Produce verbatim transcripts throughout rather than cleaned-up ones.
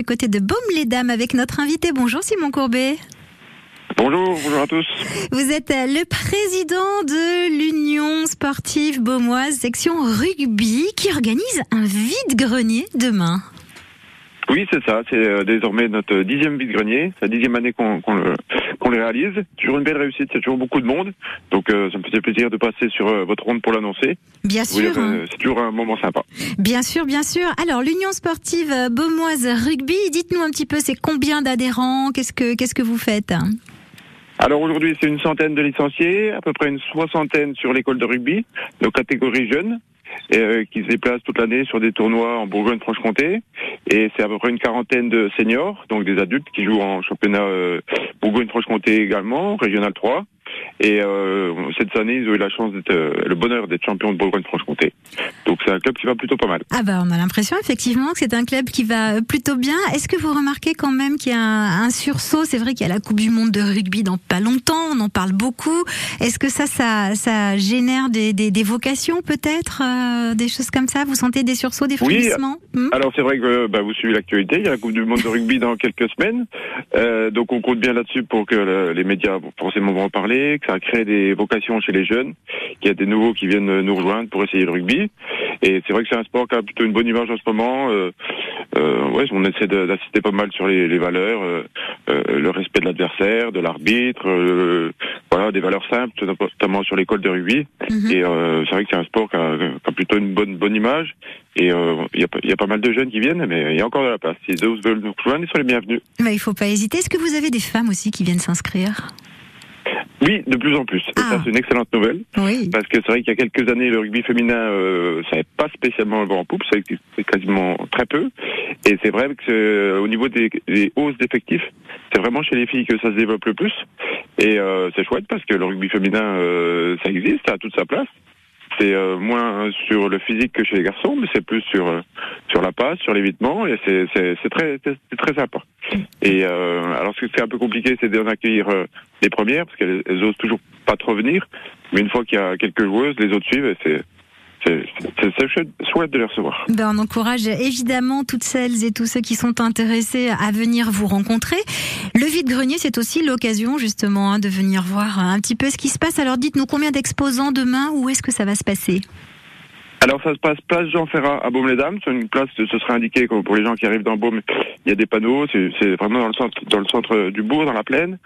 côté de Baume-les-Dames avec notre invité. Bonjour Simon Courbet. Bonjour, bonjour à tous. Vous êtes le président de l'Union sportive baumoise section rugby qui organise un vide-grenier demain. Oui, c'est ça. C'est euh, désormais notre dixième vide-grenier. C'est la dixième année qu'on, qu'on, le, qu'on les réalise. Toujours une belle réussite. C'est toujours beaucoup de monde. Donc, euh, ça me faisait plaisir de passer sur euh, votre ronde pour l'annoncer. Bien sûr. Dire, euh, c'est toujours un moment sympa. Bien sûr, bien sûr. Alors, l'Union sportive baumoise rugby, dites-nous un petit peu, c'est combien d'adhérents? Qu'est-ce que, qu'est-ce que vous faites? Alors aujourd'hui, c'est une centaine de licenciés, à peu près une soixantaine sur l'école de rugby, nos catégories jeunes, et, euh, qui se déplacent toute l'année sur des tournois en Bourgogne-Franche-Comté. Et c'est à peu près une quarantaine de seniors, donc des adultes qui jouent en championnat euh, Bourgogne-Franche-Comté également, régional trois. Et euh, cette année, ils ont eu la chance d'être, euh, le bonheur d'être champion de Bourgogne-Franche-Comté. Donc c'est un club qui va plutôt pas mal. Ah bah on a l'impression effectivement que c'est un club qui va plutôt bien. Est-ce que vous remarquez quand même qu'il y a un, un sursaut? C'est vrai qu'il y a la Coupe du Monde de rugby dans pas longtemps, on en parle beaucoup. Est-ce que ça, ça, ça génère des, des, des vocations peut-être, euh, des choses comme ça? Vous sentez des sursauts, des frémissements? Oui. hmm Alors c'est vrai que bah, vous suivez l'actualité. Il y a la Coupe du Monde de rugby dans quelques semaines, euh, donc on compte bien là-dessus pour que le, les médias forcément vont en parler, que ça crée des vocations chez les jeunes, qu'il y a des nouveaux qui viennent nous rejoindre pour essayer le rugby. Et c'est vrai que c'est un sport qui a plutôt une bonne image en ce moment. Euh, euh, ouais, on essaie de, d'assister pas mal sur les, les valeurs, euh, euh, le respect de l'adversaire, de l'arbitre, euh, voilà, des valeurs simples, notamment sur l'école de rugby. Mm-hmm. Et euh, c'est vrai que c'est un sport qui a, qui a plutôt une bonne bonne image. Et il euh, y, a, y a pas mal de jeunes qui viennent, mais il y a encore de la place. Si d'autres veulent nous rejoindre, ils sont les bienvenus. Bah, il faut pas hésiter. Est-ce que vous avez des femmes aussi qui viennent s'inscrire? Oui, de plus en plus. Et ah. ça, c'est une excellente nouvelle. Oui. Parce que c'est vrai qu'il y a quelques années, le rugby féminin, euh, ça n'avait pas spécialement le vent en poupe, ça existait quasiment très peu. Et c'est vrai que euh, au niveau des, des hausses d'effectifs, c'est vraiment chez les filles que ça se développe le plus. Et euh, c'est chouette parce que le rugby féminin, euh, ça existe, ça a toute sa place. C'est euh, moins sur le physique que chez les garçons, mais c'est plus sur euh, sur la passe, sur l'évitement, et c'est c'est, c'est très c'est, c'est très sympa. Et euh, alors ce qui est un peu compliqué, c'est d'en accueillir euh, les premières, parce qu'elles elles osent toujours pas trop venir. Mais une fois qu'il y a quelques joueuses, les autres suivent, et c'est C'est, c'est, c'est chouette de les recevoir. Ben, on encourage évidemment toutes celles et tous ceux qui sont intéressés à venir vous rencontrer. Le vide-grenier, c'est aussi l'occasion justement hein, de venir voir un petit peu ce qui se passe. Alors dites-nous combien d'exposants demain, où est-ce que ça va se passer? Alors ça se passe place Jean Ferrat à Baume-les-Dames. C'est une place, ce sera indiqué pour les gens qui arrivent dans Baume. Il y a des panneaux. C'est, c'est vraiment dans le centre, dans le centre du bourg, dans la plaine.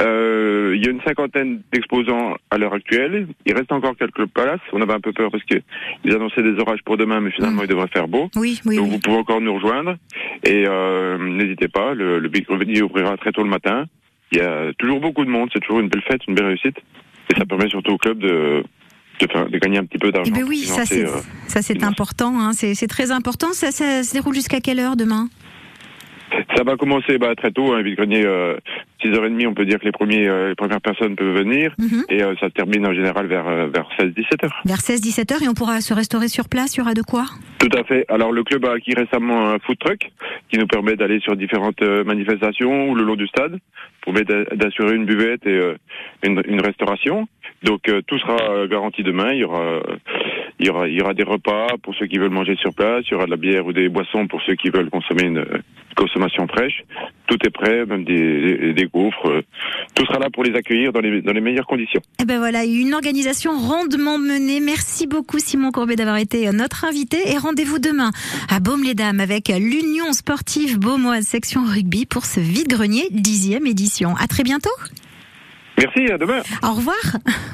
Euh, il y a une cinquantaine d'exposants à l'heure actuelle. Il reste encore quelques places. On avait un peu peur parce que ils annonçaient des orages pour demain, mais finalement mmh. il devrait faire beau. Oui, oui. Donc oui. vous pouvez encore nous rejoindre. Et euh, n'hésitez pas. Le, le vide-grenier ouvrira très tôt le matin. Il y a toujours beaucoup de monde. C'est toujours une belle fête, une belle réussite. Et ça permet surtout au club de De, faire, de gagner un petit peu d'argent. Eh ben oui, ça c'est, euh, ça c'est important, hein, c'est, c'est très important. Ça, ça se déroule jusqu'à quelle heure demain? Ça va commencer bah, très tôt, un hein, vide-grenier, euh, six heures trente, on peut dire que les, premiers, euh, les premières personnes peuvent venir, mm-hmm. et euh, ça se termine en général vers, euh, vers seize dix-sept heures. Vers seize dix-sept heures, et on pourra se restaurer sur place, il y aura de quoi? Tout à fait. Alors le club a acquis récemment un food truck qui nous permet d'aller sur différentes euh, manifestations ou le long du stade, pour permettre d'assurer une buvette et euh, une, une restauration. Donc euh, tout sera garanti demain, il y aura... Euh, Il y aura, il y aura des repas pour ceux qui veulent manger sur place, il y aura de la bière ou des boissons pour ceux qui veulent consommer une consommation fraîche. Tout est prêt, même des, des, des gaufres. Tout sera là pour les accueillir dans les, dans les meilleures conditions. Et ben voilà, une organisation rondement menée. Merci beaucoup Simon Courbet d'avoir été notre invité et rendez-vous demain à Baume-les-Dames avec l'Union sportive baumoise section rugby pour ce vide-grenier dixième édition. À très bientôt. Merci, à demain. Au revoir.